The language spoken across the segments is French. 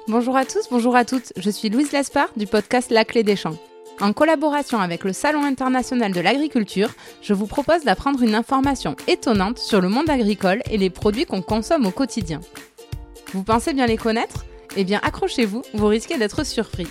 Bonjour à tous, bonjour à toutes, je suis Louise Lespard du podcast La Clé des Champs. En collaboration avec le Salon international de l'agriculture, je vous propose d'apprendre une information étonnante sur le monde agricole et les produits qu'on consomme au quotidien. Vous pensez bien les connaître ? Eh bien accrochez-vous, vous risquez d'être surpris.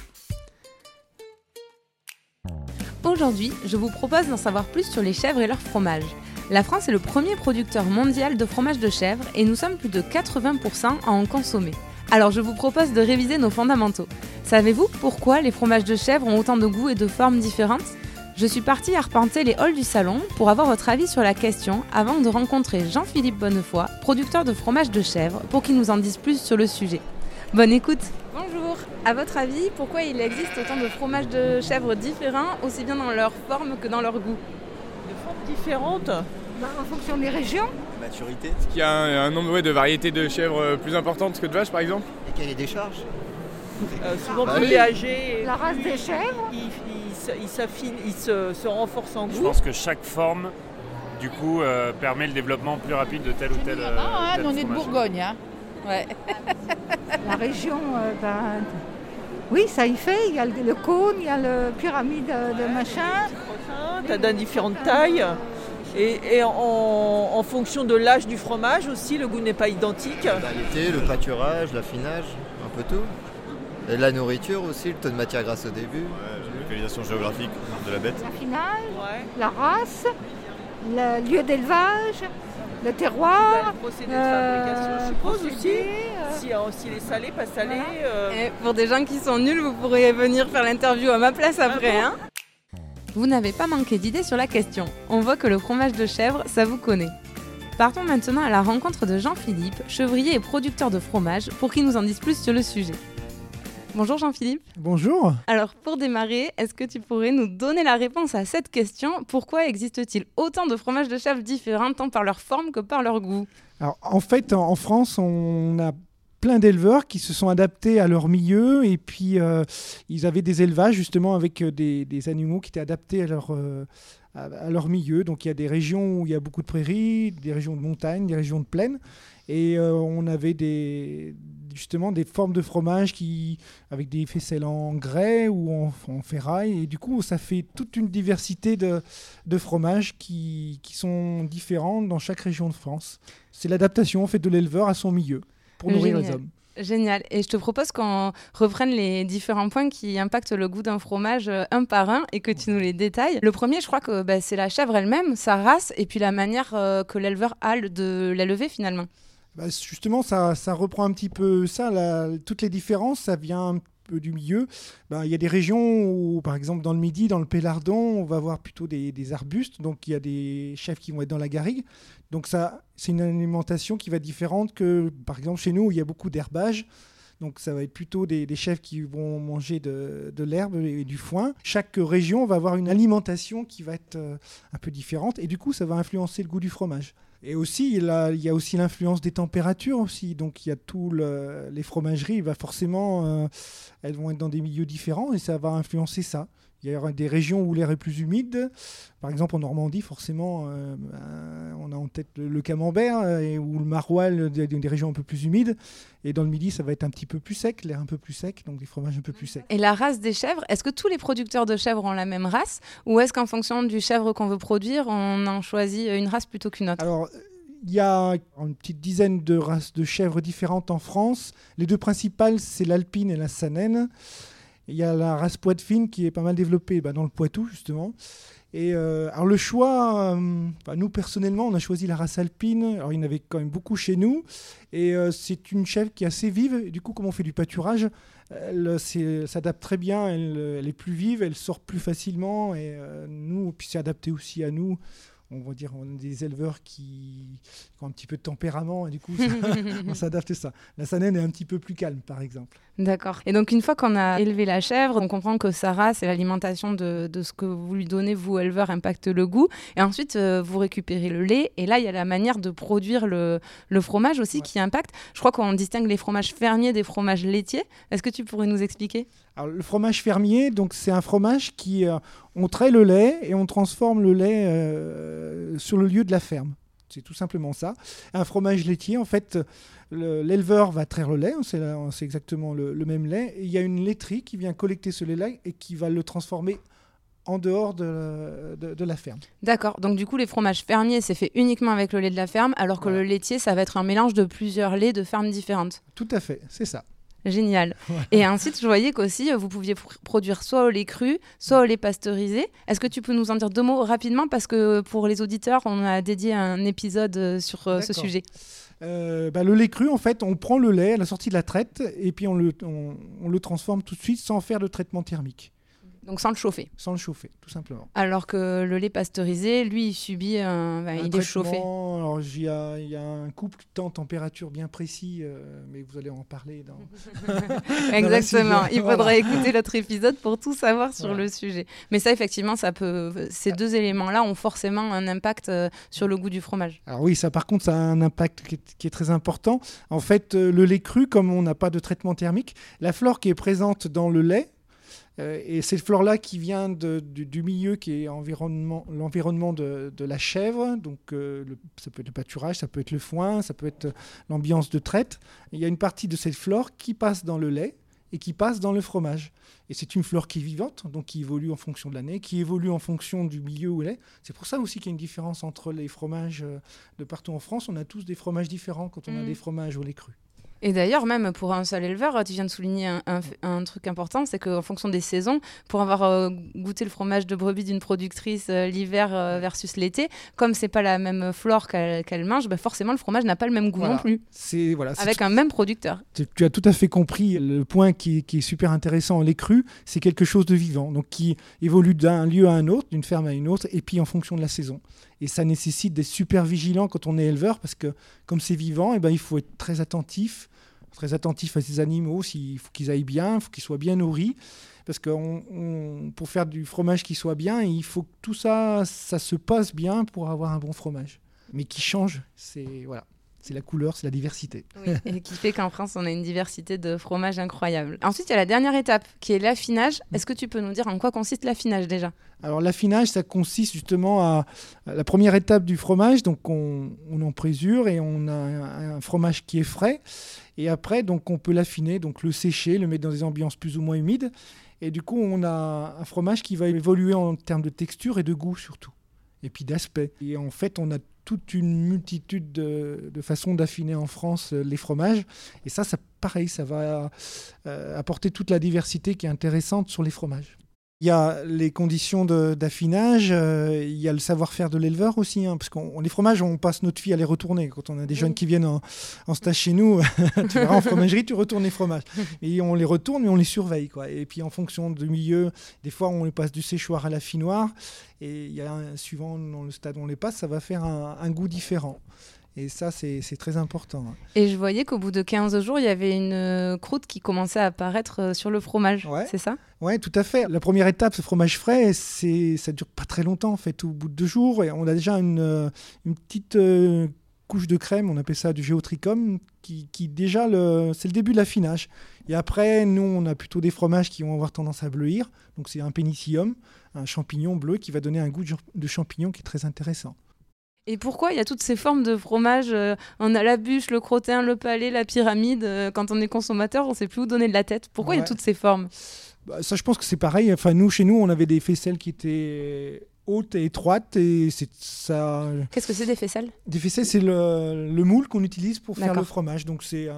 Aujourd'hui, je vous propose d'en savoir plus sur les chèvres et leur fromage. La France est le premier producteur mondial de fromage de chèvre et nous sommes plus de 80% à en consommer. Alors je vous propose de réviser nos fondamentaux. Savez-vous pourquoi les fromages de chèvre ont autant de goûts et de formes différentes ? Je suis partie arpenter les halls du salon pour avoir votre avis sur la question avant de rencontrer Jean-Philippe Bonnefoy, producteur de fromage de chèvre, pour qu'il nous en dise plus sur le sujet. Bonne écoute. Bonjour. À votre avis, pourquoi il existe autant de fromages de chèvre différents, aussi bien dans leur forme que dans leur goût ? De formes différentes ? En fonction des régions. Maturité. Est-ce qu'il y a un nombre de variétés de chèvres plus importantes que de vaches par exemple ? Et cahier des charges. Souvent plus âgés. La race des chèvres. Ils s'affinent, ils se renforcent en goût. Je pense que chaque forme, du coup, permet le développement plus rapide de tel ou tel. On est de Bourgogne, hein. Ouais. La région, oui, ça y fait. Il y a le cône, il y a le pyramide de machin. T'as dans différentes tailles. Et en fonction de l'âge du fromage aussi, le goût n'est pas identique. La variété, le pâturage, l'affinage, un peu tout. Et la nourriture aussi, le taux de matière grasse au début. La localisation géographique de la bête. L'affinage, la race, le lieu d'élevage, le terroir. Le procédé de fabrication, je suppose aussi. Si les salés, pas salés. Et pour des gens qui sont nuls, vous pourrez venir faire l'interview à ma place après, hein ? Vous n'avez pas manqué d'idées sur la question. On voit que le fromage de chèvre, ça vous connaît. Partons maintenant à la rencontre de Jean-Philippe, chevrier et producteur de fromage, pour qu'il nous en dise plus sur le sujet. Bonjour Jean-Philippe. Bonjour. Alors pour démarrer, est-ce que tu pourrais nous donner la réponse à cette question ? Pourquoi existe-t-il autant de fromages de chèvre différents, tant par leur forme que par leur goût ? Alors en fait, en France, on a plein d'éleveurs qui se sont adaptés à leur milieu et puis ils avaient des élevages justement avec des animaux qui étaient adaptés à leur milieu. Donc il y a des régions où il y a beaucoup de prairies, des régions de montagne, des régions de plaine. Et on avait justement des formes de fromage avec des faisselles en grès ou en ferraille. Et du coup, ça fait toute une diversité de fromages qui sont différents dans chaque région de France. C'est l'adaptation en fait, de l'éleveur à son milieu pour nourrir les hommes. Génial. Et je te propose qu'on reprenne les différents points qui impactent le goût d'un fromage un par un et que tu nous les détailles. Le premier, je crois que c'est la chèvre elle-même, sa race et puis la manière que l'éleveur a de l'élever finalement. Justement, ça reprend un petit peu ça. Toutes les différences, ça vient un peu du milieu. Il y a des régions où, par exemple, dans le Midi, dans le Pélardon, on va avoir plutôt des arbustes. Donc, il y a des chèvres qui vont être dans la garrigue. Donc, ça, c'est une alimentation qui va être différente que, par exemple, chez nous, où il y a beaucoup d'herbage. Donc, ça va être plutôt des chèvres qui vont manger de l'herbe et du foin. Chaque région va avoir une alimentation qui va être un peu différente. Et du coup, ça va influencer le goût du fromage. Et aussi, il y a aussi l'influence des températures aussi. Donc, il y a les fromageries, forcément, elles vont être dans des milieux différents et ça va influencer ça. Il y aura des régions où l'air est plus humide. Par exemple, en Normandie, forcément, on a en tête le camembert ou le maroilles, des régions un peu plus humides. Et dans le Midi, ça va être un petit peu plus sec, l'air un peu plus sec, donc des fromages un peu plus secs. Et la race des chèvres, est-ce que tous les producteurs de chèvres ont la même race ? Ou est-ce qu'en fonction du chèvre qu'on veut produire, on en choisit une race plutôt qu'une autre ? Alors, il y a une petite dizaine de races de chèvres différentes en France. Les deux principales, c'est l'alpine et la sanaine. Il y a la race poitevine qui est pas mal développée dans le Poitou, justement. Et alors le choix, nous personnellement, on a choisi la race alpine. Alors il y en avait quand même beaucoup chez nous. Et c'est une chèvre qui est assez vive. Et du coup, comme on fait du pâturage, elle s'adapte très bien. Elle est plus vive, elle sort plus facilement. Et puis c'est adapté aussi à nous. On va dire, on a des éleveurs qui ont un petit peu de tempérament et du coup, on s'adapte à ça. La sanaine est un petit peu plus calme, par exemple. D'accord. Et donc, une fois qu'on a élevé la chèvre, on comprend que sa race et l'alimentation de ce que vous lui donnez, vous, éleveur, impacte le goût. Et ensuite, vous récupérez le lait. Et là, il y a la manière de produire le fromage aussi qui impacte. Je crois qu'on distingue les fromages fermiers des fromages laitiers. Est-ce que tu pourrais nous expliquer ? Alors, le fromage fermier, donc, c'est un fromage qui... on traite le lait et on transforme le lait sur le lieu de la ferme. C'est tout simplement ça. Un fromage laitier, en fait, l'éleveur va traire le lait, c'est exactement le même lait. Et il y a une laiterie qui vient collecter ce lait-là et qui va le transformer en dehors de la ferme. D'accord, donc du coup les fromages fermiers c'est fait uniquement avec le lait de la ferme, alors que le laitier ça va être un mélange de plusieurs laits de fermes différentes. Tout à fait, c'est ça. Génial. Ouais. Et ensuite, je voyais qu'aussi, vous pouviez produire soit au lait cru, soit au lait pasteurisé. Est-ce que tu peux nous en dire 2 mots rapidement ? Parce que pour les auditeurs, on a dédié un épisode sur ce sujet. Le lait cru, en fait, on prend le lait à la sortie de la traite et puis on le transforme tout de suite sans faire de traitement thermique. Donc sans le chauffer. Sans le chauffer, tout simplement. Alors que le lait pasteurisé, lui, il subit il est chauffé. Alors il y a un couple temps-température bien précis, mais vous allez en parler dans. Exactement. Il faudra écouter l'autre épisode pour tout savoir sur le sujet. Mais ça, effectivement, ces 2 éléments-là ont forcément un impact sur le goût du fromage. Alors oui, ça par contre, ça a un impact qui est très important. En fait, le lait cru, comme on n'a pas de traitement thermique, la flore qui est présente dans le lait. Et cette flore-là qui vient du milieu qui est l'environnement de la chèvre, donc ça peut être le pâturage, ça peut être le foin, ça peut être l'ambiance de traite. Et il y a une partie de cette flore qui passe dans le lait et qui passe dans le fromage. Et c'est une flore qui est vivante, donc qui évolue en fonction de l'année, qui évolue en fonction du milieu où elle est. C'est pour ça aussi qu'il y a une différence entre les fromages de partout en France. On a tous des fromages différents quand on a des fromages au lait cru. Et d'ailleurs, même pour un seul éleveur, tu viens de souligner un truc important, c'est qu'en fonction des saisons, pour avoir goûté le fromage de brebis d'une productrice l'hiver versus l'été, comme c'est pas la même flore qu'elle mange, forcément le fromage n'a pas le même goût non plus. Avec un même producteur. Tu as tout à fait compris. Le point qui est super intéressant en lait cru, c'est quelque chose de vivant, donc qui évolue d'un lieu à un autre, d'une ferme à une autre, et puis en fonction de la saison. Et ça nécessite d'être super vigilant quand on est éleveur, parce que comme c'est vivant, il faut être très attentif à ces animaux. Il faut qu'ils aillent bien, il faut qu'ils soient bien nourris. Parce que pour faire du fromage qui soit bien, il faut que tout ça se passe bien pour avoir un bon fromage. Mais qui change, c'est la couleur, c'est la diversité. Oui, et qui fait qu'en France, on a une diversité de fromages incroyable. Ensuite, il y a la dernière étape, qui est l'affinage. Est-ce que tu peux nous dire en quoi consiste l'affinage déjà ? Alors l'affinage, ça consiste justement à la première étape du fromage. Donc on en présure et on a un fromage qui est frais. Et après, donc on peut l'affiner, donc le sécher, le mettre dans des ambiances plus ou moins humides. Et du coup, on a un fromage qui va évoluer en termes de texture et de goût surtout. Et puis d'aspect. Et en fait, on a toute une multitude de façons d'affiner en France les fromages. Et ça pareil, ça va apporter toute la diversité qui est intéressante sur les fromages. Il y a les conditions d'affinage, il y a le savoir-faire de l'éleveur aussi, parce que les fromages, on passe notre vie à les retourner. Quand on a des jeunes qui viennent en stage chez nous, tu verras en fromagerie, tu retournes les fromages. Et on les retourne, mais on les surveille, quoi. Et puis en fonction du milieu, des fois on les passe du séchoir à l'affinoir, et il y a suivant dans le stade où on les passe, ça va faire un goût différent. Et ça, c'est très important. Et je voyais qu'au bout de 15 jours, il y avait une croûte qui commençait à apparaître sur le fromage. C'est ça ? Oui, tout à fait. La première étape, ce fromage frais, ça ne dure pas très longtemps. En fait, au bout de 2 jours, et on a déjà une petite couche de crème, on appelle ça du géotrichum, qui déjà, c'est le début de l'affinage. Et après, nous, on a plutôt des fromages qui vont avoir tendance à bleuir. Donc, c'est un pénicillium, un champignon bleu qui va donner un goût de champignon qui est très intéressant. Et pourquoi il y a toutes ces formes de fromage on a la bûche, le crottin, le palais, la pyramide. Quand on est consommateur, on ne sait plus où donner de la tête. Pourquoi il y a toutes ces formes ? Ça, je pense que c'est pareil. Enfin, chez nous, on avait des faisselles qui étaient hautes et étroites. Et c'est ça... Qu'est-ce que c'est des faisselles ? Des faisselles, c'est le moule qu'on utilise pour faire le fromage. Donc, c'est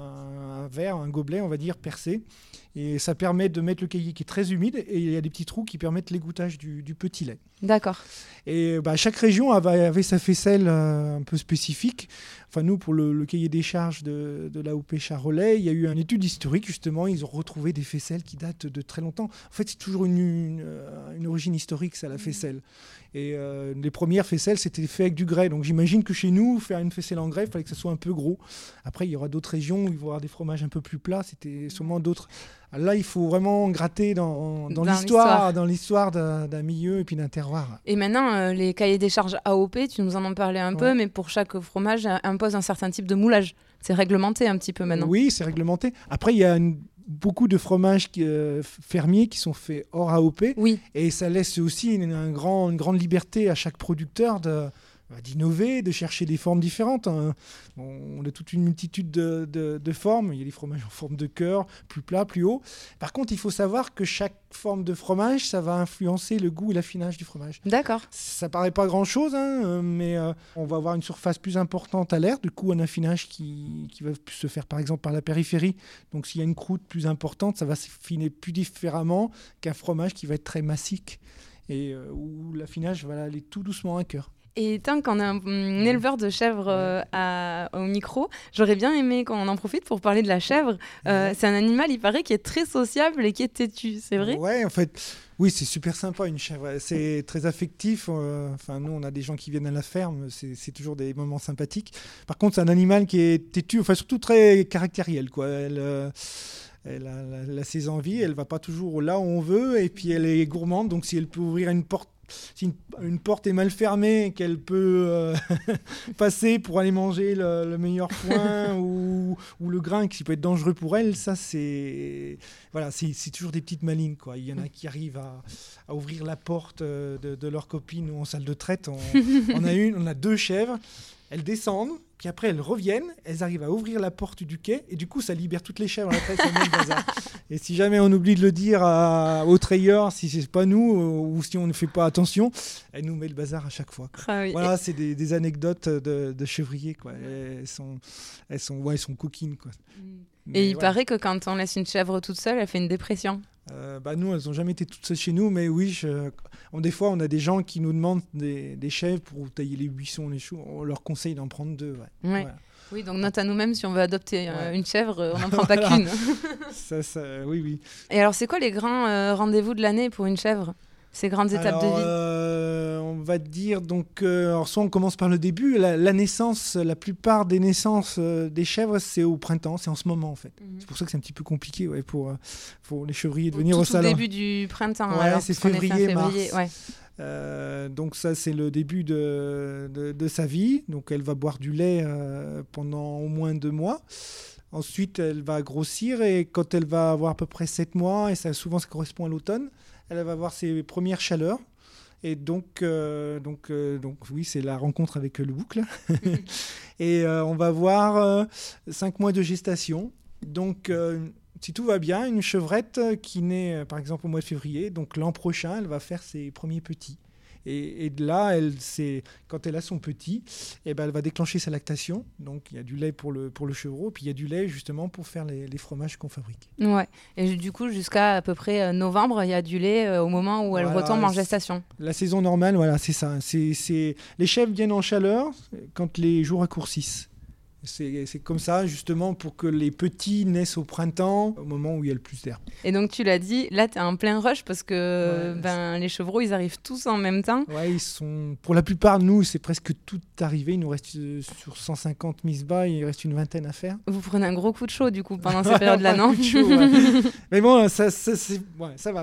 un verre, un gobelet, on va dire, percé. Et ça permet de mettre le cahier qui est très humide. Et il y a des petits trous qui permettent l'égouttage du petit lait. D'accord. Et chaque région avait sa faisselle un peu spécifique. Enfin, nous, pour le cahier des charges de l'AOP Charolais, il y a eu une étude historique, justement. Ils ont retrouvé des faisselles qui datent de très longtemps. En fait, c'est toujours une origine historique, ça, la faisselle. Et les premières faisselles, c'était fait avec du grès. Donc, j'imagine que chez nous, faire une faisselle en grès, il fallait que ça soit un peu gros. Après, il y aura d'autres régions où il va y avoir des fromages un peu plus plats. C'était sûrement d'autres. Là, il faut vraiment gratter dans l'histoire d'un milieu et puis d'un terroir. Et maintenant, les cahiers des charges AOP, tu nous en parlais un peu, mais pour chaque fromage, impose un certain type de moulage. C'est réglementé un petit peu maintenant. Oui, c'est réglementé. Après, il y a beaucoup de fromages fermiers qui sont faits hors AOP. Oui. Et ça laisse aussi une grande liberté à chaque producteur d'innover, de chercher des formes différentes. Hein. On a toute une multitude de formes. Il y a des fromages en forme de cœur, plus plat, plus haut. Par contre, il faut savoir que chaque forme de fromage, ça va influencer le goût et l'affinage du fromage. D'accord. Ça paraît pas grand-chose, hein, mais on va avoir une surface plus importante à l'air, du coup un affinage qui va se faire par exemple par la périphérie. Donc s'il y a une croûte plus importante, ça va s'affiner plus différemment qu'un fromage qui va être très massique et où l'affinage va aller tout doucement à cœur. Et tant qu'on a un éleveur de chèvres au micro, j'aurais bien aimé qu'on en profite pour parler de la chèvre. C'est un animal, il paraît, qui est très sociable et qui est têtu, c'est vrai ? Ouais, en fait, oui, c'est super sympa une chèvre. C'est très affectif. Nous, on a des gens qui viennent à la ferme, c'est toujours des moments sympathiques. Par contre, c'est un animal qui est têtu, surtout très caractériel, quoi. Elle a ses envies, elle va pas toujours là où on veut, et puis elle est gourmande, donc si elle peut ouvrir une porte, si une porte est mal fermée, qu'elle peut passer pour aller manger le meilleur foin ou le grain qui peut être dangereux pour elle, ça c'est toujours des petites malines, quoi. Il y en a qui arrivent à ouvrir la porte de leur copine ou en salle de traite. On a 2 chèvres, elles descendent. Puis après, elles reviennent, elles arrivent à ouvrir la porte du quai, et du coup, ça libère toutes les chèvres. Après, ça met le bazar. Et si jamais on oublie de le dire aux treilleurs, si c'est pas nous, ou si on ne fait pas attention, elle nous met le bazar à chaque fois, quoi. Ah oui. Voilà, c'est des anecdotes de chevriers, quoi. Elles sont coquines, quoi. Et il paraît que quand on laisse une chèvre toute seule, elle fait une dépression. Nous, elles n'ont jamais été toutes seules chez nous, mais oui, des fois, on a des gens qui nous demandent des chèvres pour tailler les buissons, les choux. On leur conseille d'en prendre 2. Ouais. Voilà. Oui, donc note à nous-mêmes, si on veut adopter une chèvre, on n'en prend pas qu'une. Oui. Et alors, c'est quoi les grands rendez-vous de l'année pour une chèvre ? Ces grandes étapes de vie On va dire, donc, soit on commence par le début. La naissance, la plupart des naissances des chèvres, c'est au printemps, c'est en ce moment en fait. C'est pour ça que c'est un petit peu compliqué pour les chevriers de venir au salon. Au début du printemps. Ouais, alors, c'est février, mars. Ouais. Donc ça, c'est le début de sa vie. Donc elle va boire du lait pendant au moins 2 mois. Ensuite, elle va grossir et quand elle va avoir à peu près 7 mois, et souvent ça correspond à l'automne, elle va avoir ses premières chaleurs. Et donc oui, c'est la rencontre avec le bouc, là. Et on va avoir 5 mois de gestation. Donc, si tout va bien, une chevrette qui naît, par exemple, au mois de février, donc l'an prochain, elle va faire ses premiers petits. Et de là, quand elle a son petit, elle va déclencher sa lactation. Donc, il y a du lait pour le chevreau, puis il y a du lait justement pour faire les fromages qu'on fabrique. Ouais. Et du coup, jusqu'à à peu près novembre, il y a du lait au moment où elle retombe en gestation. La saison normale, voilà, c'est ça. Les chèvres viennent en chaleur quand les jours raccourcissent. C'est comme ça, justement, pour que les petits naissent au printemps, au moment où il y a le plus d'herbe. Et donc, tu l'as dit, là, tu es en plein rush parce que les chevreaux, ils arrivent tous en même temps. Ouais, pour la plupart, nous, c'est presque tout arrivé. Il nous reste sur 150 mises bas, il reste une vingtaine à faire. Vous prenez un gros coup de chaud, du coup, pendant ces périodes-là, non ? Chaud, ouais. Mais bon, ça va.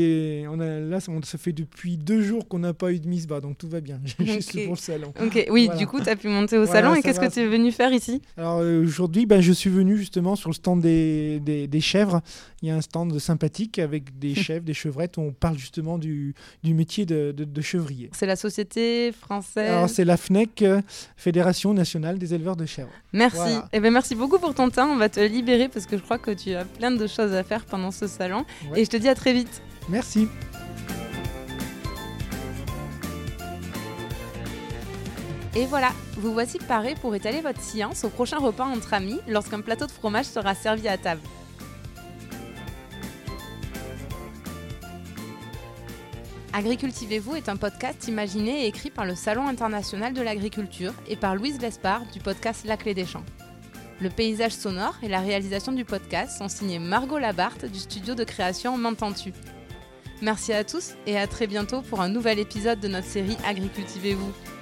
Ça fait depuis 2 jours qu'on n'a pas eu de mise bas, donc tout va bien. Juste pour le salon. Ok, oui, voilà. Du coup, tu as pu monter au salon. Et qu'est-ce que tu es venu faire ici ? Alors aujourd'hui, je suis venu justement sur le stand des chèvres. Il y a un stand sympathique avec des chèvres, des chevrettes, où on parle justement du métier de chevrier. C'est la société française. Alors c'est la FNEC, Fédération nationale des éleveurs de chèvres. Merci. Voilà. Eh ben, merci beaucoup pour ton temps. On va te libérer parce que je crois que tu as plein de choses à faire pendant ce salon. Ouais. Et je te dis à très vite. Merci. Et voilà, vous voici parés pour étaler votre science au prochain repas entre amis lorsqu'un plateau de fromage sera servi à table. Agricultivez-vous est un podcast imaginé et écrit par le Salon international de l'agriculture et par Louise Lespard du podcast La Clé des Champs. Le paysage sonore et la réalisation du podcast sont signés Margot Labarthe du studio de création M'entends-tu. Merci à tous et à très bientôt pour un nouvel épisode de notre série Agricultivez-vous.